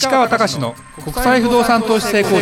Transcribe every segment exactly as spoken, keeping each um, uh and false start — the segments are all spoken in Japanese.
川隆の国際不動産投資成功塾。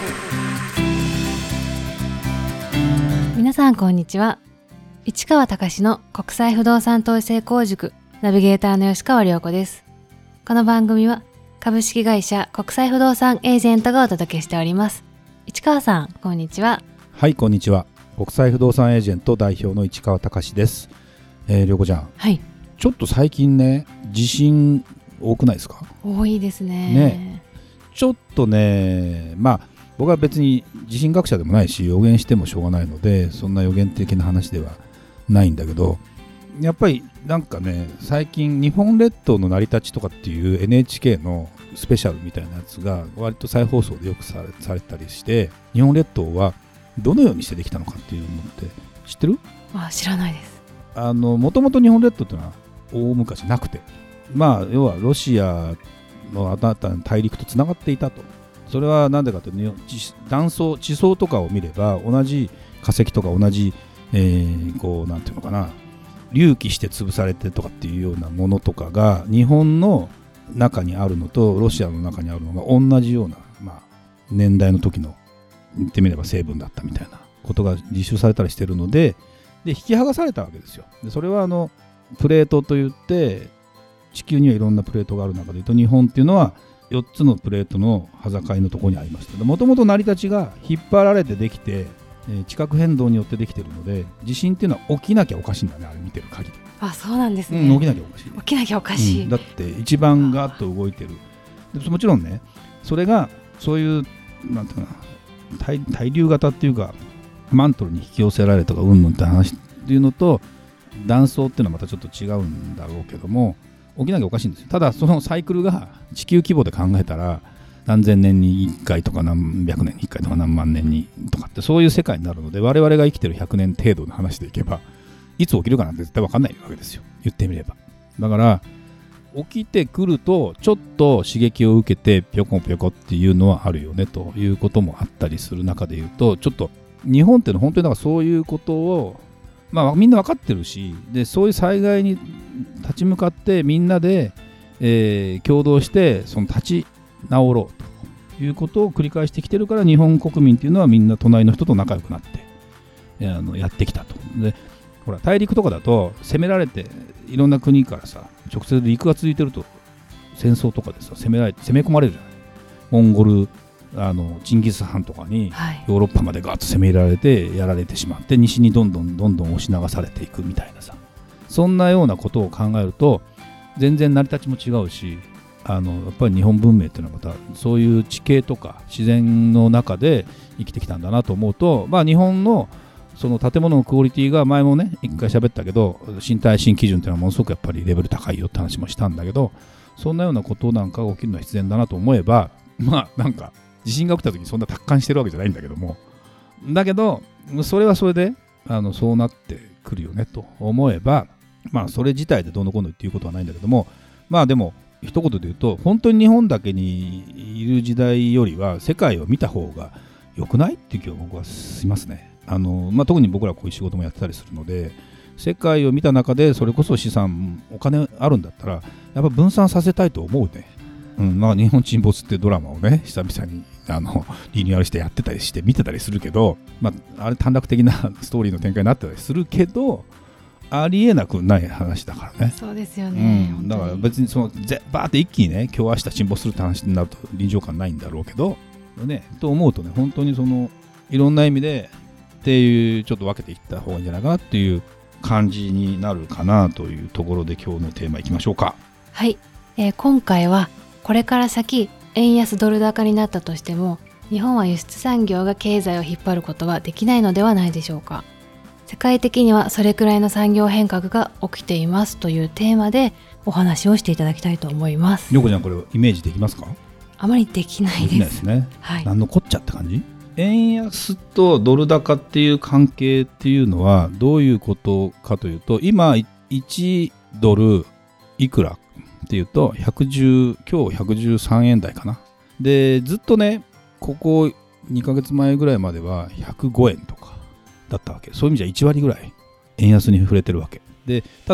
皆さんこんにちは。市川隆の国際不動産投資成功塾ナビゲーターの吉川亮子です。この番組は株式会社国際不動産エージェントがお届けしております。市川さんこんにちは。 はい、こんにちは。国際不動産エージェント代表の市川隆です。えー、亮子ちゃん、 はい、 ちょっと最近ね地震多くないですか？ 多いです ね, ねちょっとね、まあ僕は別に地震学者でもないし予言してもしょうがないのでそんな予言的な話ではないんだけど、やっぱりなんかね最近日本列島の成り立ちとかっていう エヌエイチケー のスペシャルみたいなやつが割と再放送でよくされ、されたりして、日本列島はどのようにしてできたのかっていうのって知ってる？ あ、知らないです。 あのもともと日本列島っていうのは大昔なくて、まあ要はロシアのあなたの大陸とつながっていたと。それは何でかというと断層地層とかを見れば同じ化石とか同じ、えー、こうなんていうのかな隆起して潰されてとかっていうようなものとかが日本の中にあるのとロシアの中にあるのが同じような、まあ、年代の時の言ってみれば成分だったみたいなことが実証されたりしているので、で引き剥がされたわけですよ。でそれはあのプレートといって地球にはいろんなプレートがある中でいうと日本っていうのはよっつのプレートの端境のところにありました。もともと成り立ちが引っ張られてできて、えー、地殻変動によってできているので地震っていうのは起きなきゃおかしいんだね、あれ見てる限り。 あ、そうなんですね、 うん、起きなきゃおかしい。 起きなきゃおかしい、 うん、だって一番ガーッと動いてる。でもちろんねそれがそういうなんていうかな 対, 対流型っていうかマントルに引き寄せられたかうんぬんって話っていうのと断層っていうのはまたちょっと違うんだろうけども起きなきゃおかしいんですよ。ただそのサイクルが地球規模で考えたら何千年にいっかいとか何百年にいっかいとか何万年にとかってそういう世界になるので、我々が生きてるひゃくねん程度の話でいけばいつ起きるかなんて絶対分かんないわけですよ、言ってみれば。だから起きてくるとちょっと刺激を受けてぴょこぴょこっていうのはあるよねということもあったりする中で言うと、ちょっと日本ってのは本当にだからそういうことをまあみんな分かってるし、でそういう災害に立ち向かってみんなで、えー、共同してその立ち直ろうということを繰り返してきてるから、日本国民っていうのはみんな隣の人と仲良くなってあのやってきたと。でほら大陸とかだと攻められていろんな国からさ直接陸が続いてると戦争とかでさ攻められて攻め込まれるじゃない。モンゴルあのチンギス・ハンとかにヨーロッパまでガーッと攻め入れられてやられてしまって、西にどんどんどんどん押し流されていくみたいなさ、そんなようなことを考えると全然成り立ちも違うし、あのやっぱり日本文明っていうのはまたそういう地形とか自然の中で生きてきたんだなと思うと、まあ日本のその建物のクオリティが前もね一回喋ったけど新耐震基準っていうのはものすごくやっぱりレベル高いよって話もしたんだけど、そんなようなことなんかが起きるのは必然だなと思えば、まあなんか地震が起きた時にそんな達観してるわけじゃないんだけども、だけどそれはそれであのそうなってくるよねと思えば、まあそれ自体でどうのこうのっていうことはないんだけども、まあでも一言で言うと本当に日本だけにいる時代よりは世界を見た方が良くないっていう気は僕はしますね。あの、まあ、特に僕らこういう仕事もやってたりするので、世界を見た中でそれこそ資産お金あるんだったらやっぱ分散させたいと思うね。うんまあ、日本沈没っていうドラマをね久々にあのリニューアルしてやってたりして見てたりするけど、まあ、あれ短絡的なストーリーの展開になってたりするけどありえなくない話だからね。 そうですよね、 うん、だから別にそのぜバーって一気にね今日明日沈没するって話になると臨場感ないんだろうけどね、と思うとね本当にそのいろんな意味でっていうちょっと分けていった方がいいんじゃないかなっていう感じになるかなというところで今日のテーマいきましょうか。 はい、えー、今回はこれから先円安ドル高になったとしても日本は輸出産業が経済を引っ張ることはできないのではないでしょうか。世界的にはそれくらいの産業変革が起きていますというテーマでお話をしていただきたいと思います。 りょうこちゃんこれイメージできますか？ あまりできないです。できないですね、はい、 何のこっちゃって感じ。円安とドル高っていう関係っていうのはどういうことかというと、今いちドルいくらっていうとひゃくじゅう今日ひゃくじゅうさんえん台かな。でずっとねここにかげつまえぐらいまではひゃくごえんとかだったわけ。そういう意味じゃいちわりぐらい円安に触れてるわけで、ただ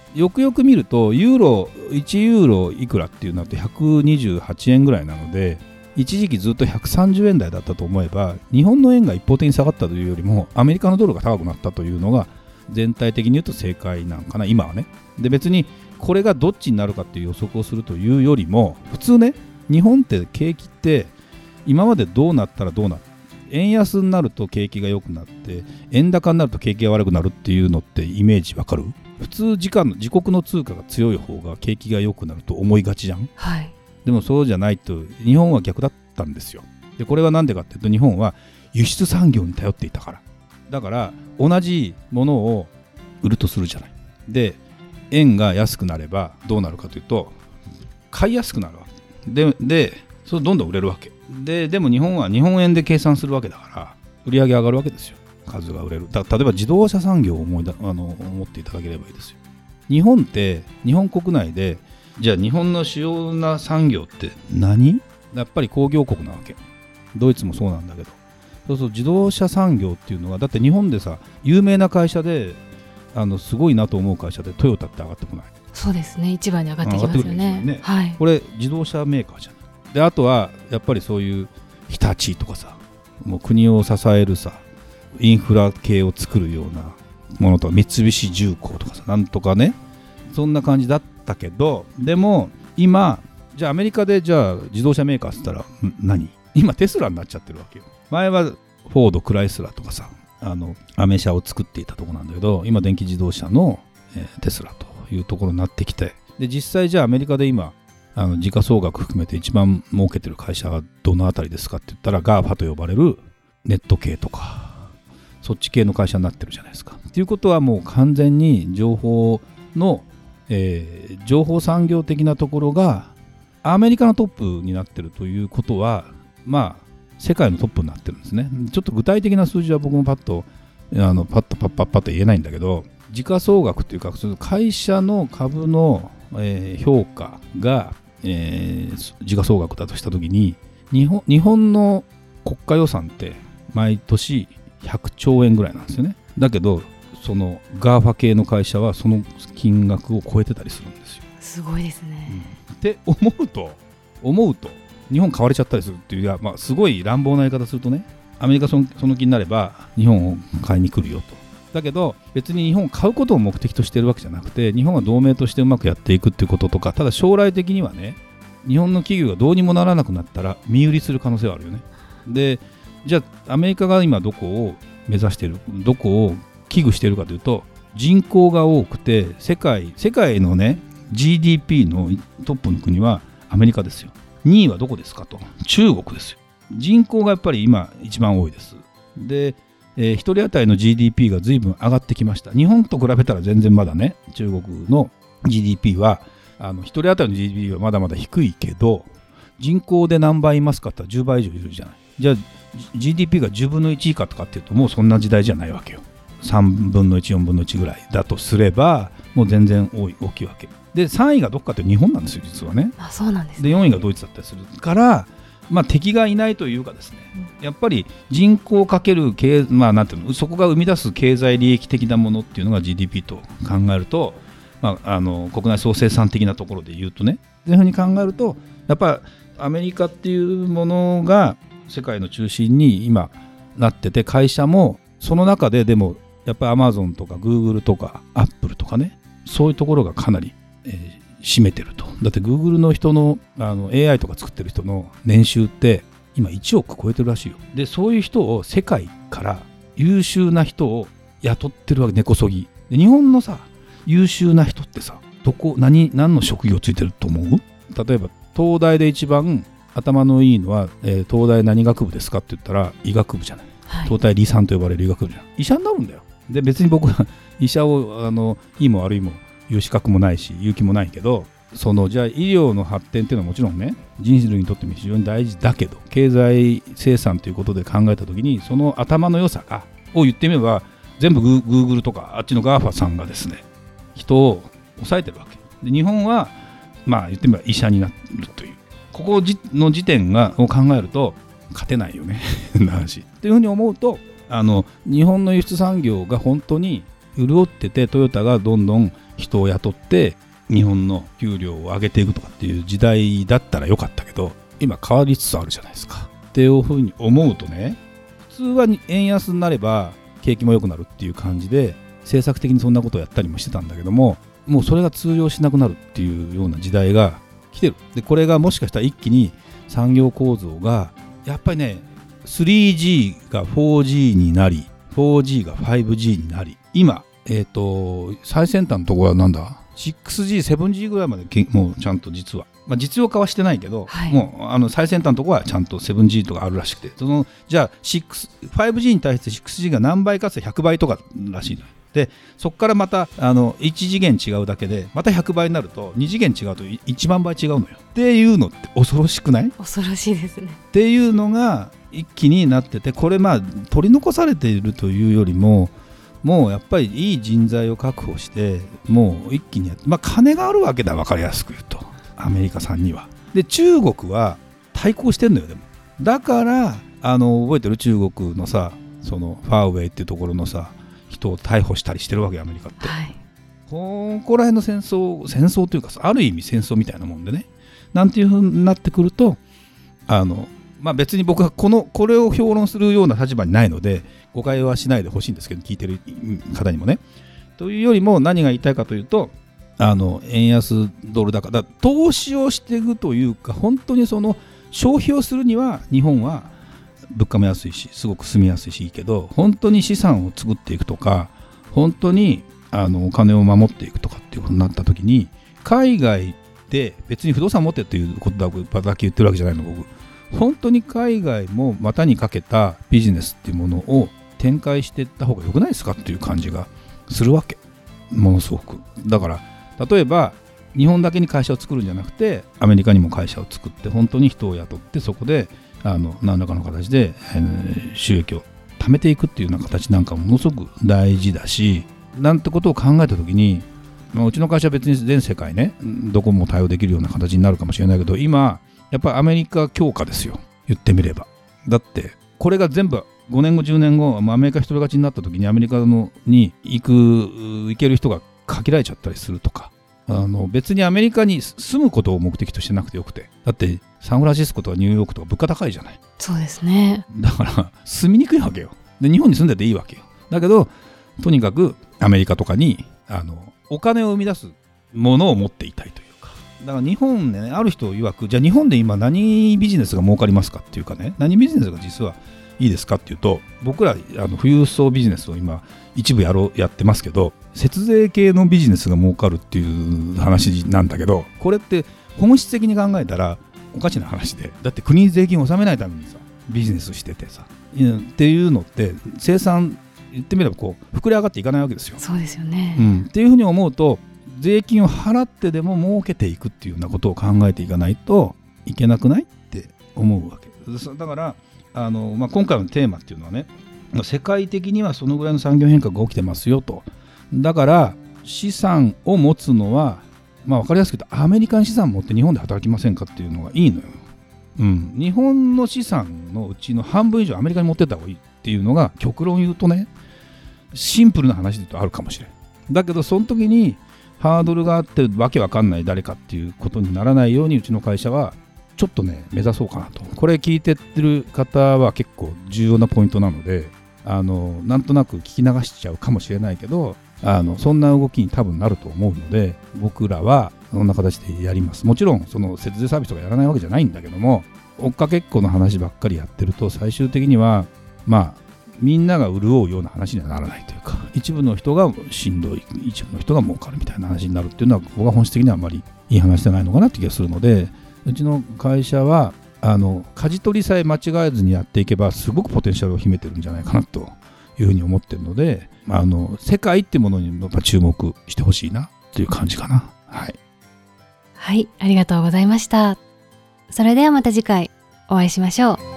よくよく見るとユーロいちユーロいくらっていうのってひゃくにじゅうはちえんぐらいなので、一時期ずっとひゃくさんじゅうえん台だったと思えば、日本の円が一方的に下がったというよりもアメリカのドルが高くなったというのが全体的に言うと正解なのかな、今はね。で別にこれがどっちになるかっていう予測をするというよりも、普通ね、日本って景気って今までどうなったらどうなる、円安になると景気が良くなって円高になると景気が悪くなるっていうのってイメージわかる？普通自家の自国の通貨が強い方が景気が良くなると思いがちじゃん、 はい、 でもそうじゃないと、日本は逆だったんですよ。でこれはなんでかっていうと、日本は輸出産業に頼っていたから。だから同じものを売るとするじゃない。で円が安くなればどうなるかというと、買いやすくなるわけで、でそれどんどん売れるわけで、でも日本は日本円で計算するわけだから売り上げ上がるわけですよ。数が売れる。だ例えば自動車産業を思いだあの思っていただければいいですよ。日本って日本国内で、じゃあ日本の主要な産業って何？やっぱり工業国なわけ。ドイツもそうなんだけど、そうそう自動車産業っていうのは、だって日本でさ、有名な会社であのすごいなと思う会社でトヨタって上がってこない？ そうですね、一番に上がってきますよね。 ね、 はい、 これ自動車メーカーじゃん。であとはやっぱりそういう日立とかさ、もう国を支えるさインフラ系を作るようなものとか、三菱重工とかさ、なんとかね、そんな感じだったけど、でも今じゃあアメリカでじゃあ自動車メーカーって言ったら何？今テスラになっちゃってるわけよ。前はフォード、クライスラーとかさ、あのアメ車を作っていたところなんだけど、今電気自動車の、えー、テスラというところになってきて、で実際じゃあアメリカで今あの時価総額含めて一番儲けてる会社はどのあたりですかって言ったら、ガーファと呼ばれるネット系とかそっち系の会社になってるじゃないですか。ということはもう完全に情報の、えー、情報産業的なところがアメリカのトップになってるということは、まあ世界のトップになってるんですね。ちょっと具体的な数字は僕もパッとあのパッとパッパッパッと言えないんだけど、時価総額というか会社の株の、えー、評価が、えー、時価総額だとしたときに、日本、日本の国家予算って毎年ひゃくちょうえんぐらいなんですよね。だけどそのガーファ系の会社はその金額を超えてたりするんですよ。 すごいですね、 うん、って思うと思うと日本買われちゃったりするっていう、まあ、すごい乱暴な言い方するとね、アメリカその、その気になれば日本を買いに来るよと。だけど別に日本を買うことを目的としているわけじゃなくて、日本は同盟としてうまくやっていくっていうこととか、ただ将来的にはね、日本の企業がどうにもならなくなったら身売りする可能性はあるよね。でじゃあアメリカが今どこを目指している、どこを危惧しているかというと、人口が多くて世界世界のね ジーディーピー のトップの国はアメリカですよ。にいはどこですかと、中国ですよ。人口がやっぱり今一番多いです。で、えー、ひとり当たりの ジーディーピー が随分上がってきました。日本と比べたら全然まだね、中国の ジーディーピー はあのひとり当たりの ジーディーピー はまだまだ低いけど、人口で何倍いますかって言ったらじゅうばい以上いるじゃない。じゃあ ジーディーピー がじゅうぶんのいち以下とかっていうと、もうそんな時代じゃないわけよ。さんぶんのいち、よんぶんのいちぐらいだとすればもう全然多い大きいわけで、さんいがどっかって日本なんですよ実はね。 あ、そうなんですね。 でよんいがドイツだったりするから、まあ、敵がいないというかですね、うん、やっぱり人口かける経、まあ、なんていうの、そこが生み出す経済利益的なものっていうのが ジーディーピー と考えると、まあ、あの国内総生産的なところで言うとね、そういうふうに考えるとやっぱりアメリカっていうものが世界の中心に今なってて、会社もその中ででもやっぱりアマゾンとかグーグルとかアップルとかね、そういうところがかなり、えー、占めてると。だってグーグルの人の、あの エーアイ とか作ってる人の年収って今いちおく超えてるらしいよ。でそういう人を世界から優秀な人を雇ってるわけ、根こそぎで。日本のさ優秀な人ってさ、どこ 何, 何の職業ついてると思う？例えば東大で一番頭のいいのは、えー、東大何学部ですかって言ったら医学部じゃない、はい、東大理さんと呼ばれる医学部じゃん。医者になるんだよ。で別に僕は医者をあのいいも悪いも言う資格もないし言う気もないけど、そのじゃあ医療の発展っていうのはもちろんね、人類にとっても非常に大事だけど、経済生産ということで考えたときに、その頭の良さがを言ってみれば全部グーグルとかあっちのガーファさんがですね、人を抑えてるわけで、日本はまあ言ってみれば医者になるという、ここの時点がを考えると勝てないよねな話っていうふうに思うと、あの日本の輸出産業が本当に潤ってて、トヨタがどんどん人を雇って日本の給料を上げていくとかっていう時代だったらよかったけど、今変わりつつあるじゃないですかっていうふうに思うとね、普通は円安になれば景気も良くなるっていう感じで政策的にそんなことをやったりもしてたんだけども、もうそれが通用しなくなるっていうような時代が来てる。でこれがもしかしたら一気に産業構造がやっぱりね スリージー が フォージー になり フォージー が ファイブジー になり、今えっと最先端のところはなんだ シックスジー、セブンジー ぐらいまでもうちゃんと実は、まあ、実用化はしてないけど、はい、もうあの最先端のところはちゃんと セブンジー とかあるらしくて、そのじゃあシックス ファイブジー に対して シックスジー が何倍かつてひゃくばいとからしいのよ。でそこからまたあのいち次元違うだけでまたひゃくばいになるとに次元違うといちまんばい違うのよっていうのって恐ろしくない？ 恐ろしいですねっていうのが一気になってて、これまあ取り残されているというよりももうやっぱりいい人材を確保してもう一気にやって、まあ金があるわけだ、分かりやすく言うとアメリカさんには。で中国は対抗してんのよ。でもだからあの覚えてる中国のさ、そのファーウェイっていうところのさ人を逮捕したりしてるわけアメリカって、はい、ここら辺の戦争戦争というかある意味戦争みたいなもんでね、なんていう風になってくるとあの、まあ、別に僕はこのこれを評論するような立場にないので誤解はしないでほしいんですけど、聞いてる方にもね。というよりも何が言いたいかというと、あの円安ドル高だ、投資をしていくというか本当にその消費をするには日本は物価も安いしすごく住みやすいしいいけど、本当に資産を作っていくとか本当にあのお金を守っていくとかっていうことになった時に、海外で別に不動産持ってっていうことだけ言ってるわけじゃないの僕。本当に海外も股にかけたビジネスっていうものを展開していった方が良くないですかっていう感じがするわけ、ものすごく。だから例えば日本だけに会社を作るんじゃなくてアメリカにも会社を作って本当に人を雇ってそこであの何らかの形で、えー、収益を貯めていくっていうような形なんかものすごく大事だし、なんてことを考えた時に、まあ、うちの会社は別に全世界ねどこも対応できるような形になるかもしれないけど、今やっぱりアメリカ強化ですよ、言ってみれば。だってこれが全部ごねんごじゅうねんご、まあ、アメリカ一人勝ちになった時にアメリカのに行く行ける人が限られちゃったりするとか、あの別にアメリカに住むことを目的としてなくてよくて、だってサンフランシスコとかニューヨークとか物価高いじゃない。 そうですね。 だから住みにくいわけよ。で日本に住んでていいわけよ。だけどとにかくアメリカとかにあのお金を生み出すものを持っていたいというか、だから日本ね、ある人曰くじゃあ日本で今何ビジネスが儲かりますかっていうかね、何ビジネスが実はいいですかっていうと、僕らあの富裕層ビジネスを今一部やろうやってますけど、節税系のビジネスが儲かるっていう話なんだけど、これって本質的に考えたらおかしな話で、だって国に税金を納めないためにさビジネスしててさっていうのって生産言ってみればこう膨れ上がっていかないわけですよ。 そうですよね、 うん、っていうふうに思うと税金を払ってでも儲けていくっていうようなことを考えていかないといけなくないって思うわけだから、あの、まあ、今回のテーマっていうのはね、世界的にはそのぐらいの産業変革が起きてますよと。だから資産を持つのは、まあ、分かりやすく言うとアメリカに資産を持って日本で働きませんかっていうのがいいのよ、うん、日本の資産のうちの半分以上アメリカに持ってった方がいいっていうのが極論言うとね、シンプルな話で言うとあるかもしれん。だけどその時にハードルがあってわけわかんない誰かっていうことにならないようにうちの会社はちょっとね目指そうかなと。これ聞いてってる方は結構重要なポイントなので、あのなんとなく聞き流しちゃうかもしれないけど、あのそんな動きに多分なると思うので、僕らはそんな形でやります。もちろんその節税サービスとかやらないわけじゃないんだけども、追っかけっこの話ばっかりやってると最終的にはまあみんなが潤うような話にはならないというか、一部の人がしんどい、一部の人が儲かるみたいな話になるっていうのは僕は本質的にはあまりいい話じゃないのかなって気がするので、うちの会社はあの舵取りさえ間違えずにやっていけばすごくポテンシャルを秘めてるんじゃないかなというふうに思ってるので、あの世界ってものにやっぱ注目してほしいなという感じかな。はい、 はい、ありがとうございました。それではまた次回お会いしましょう。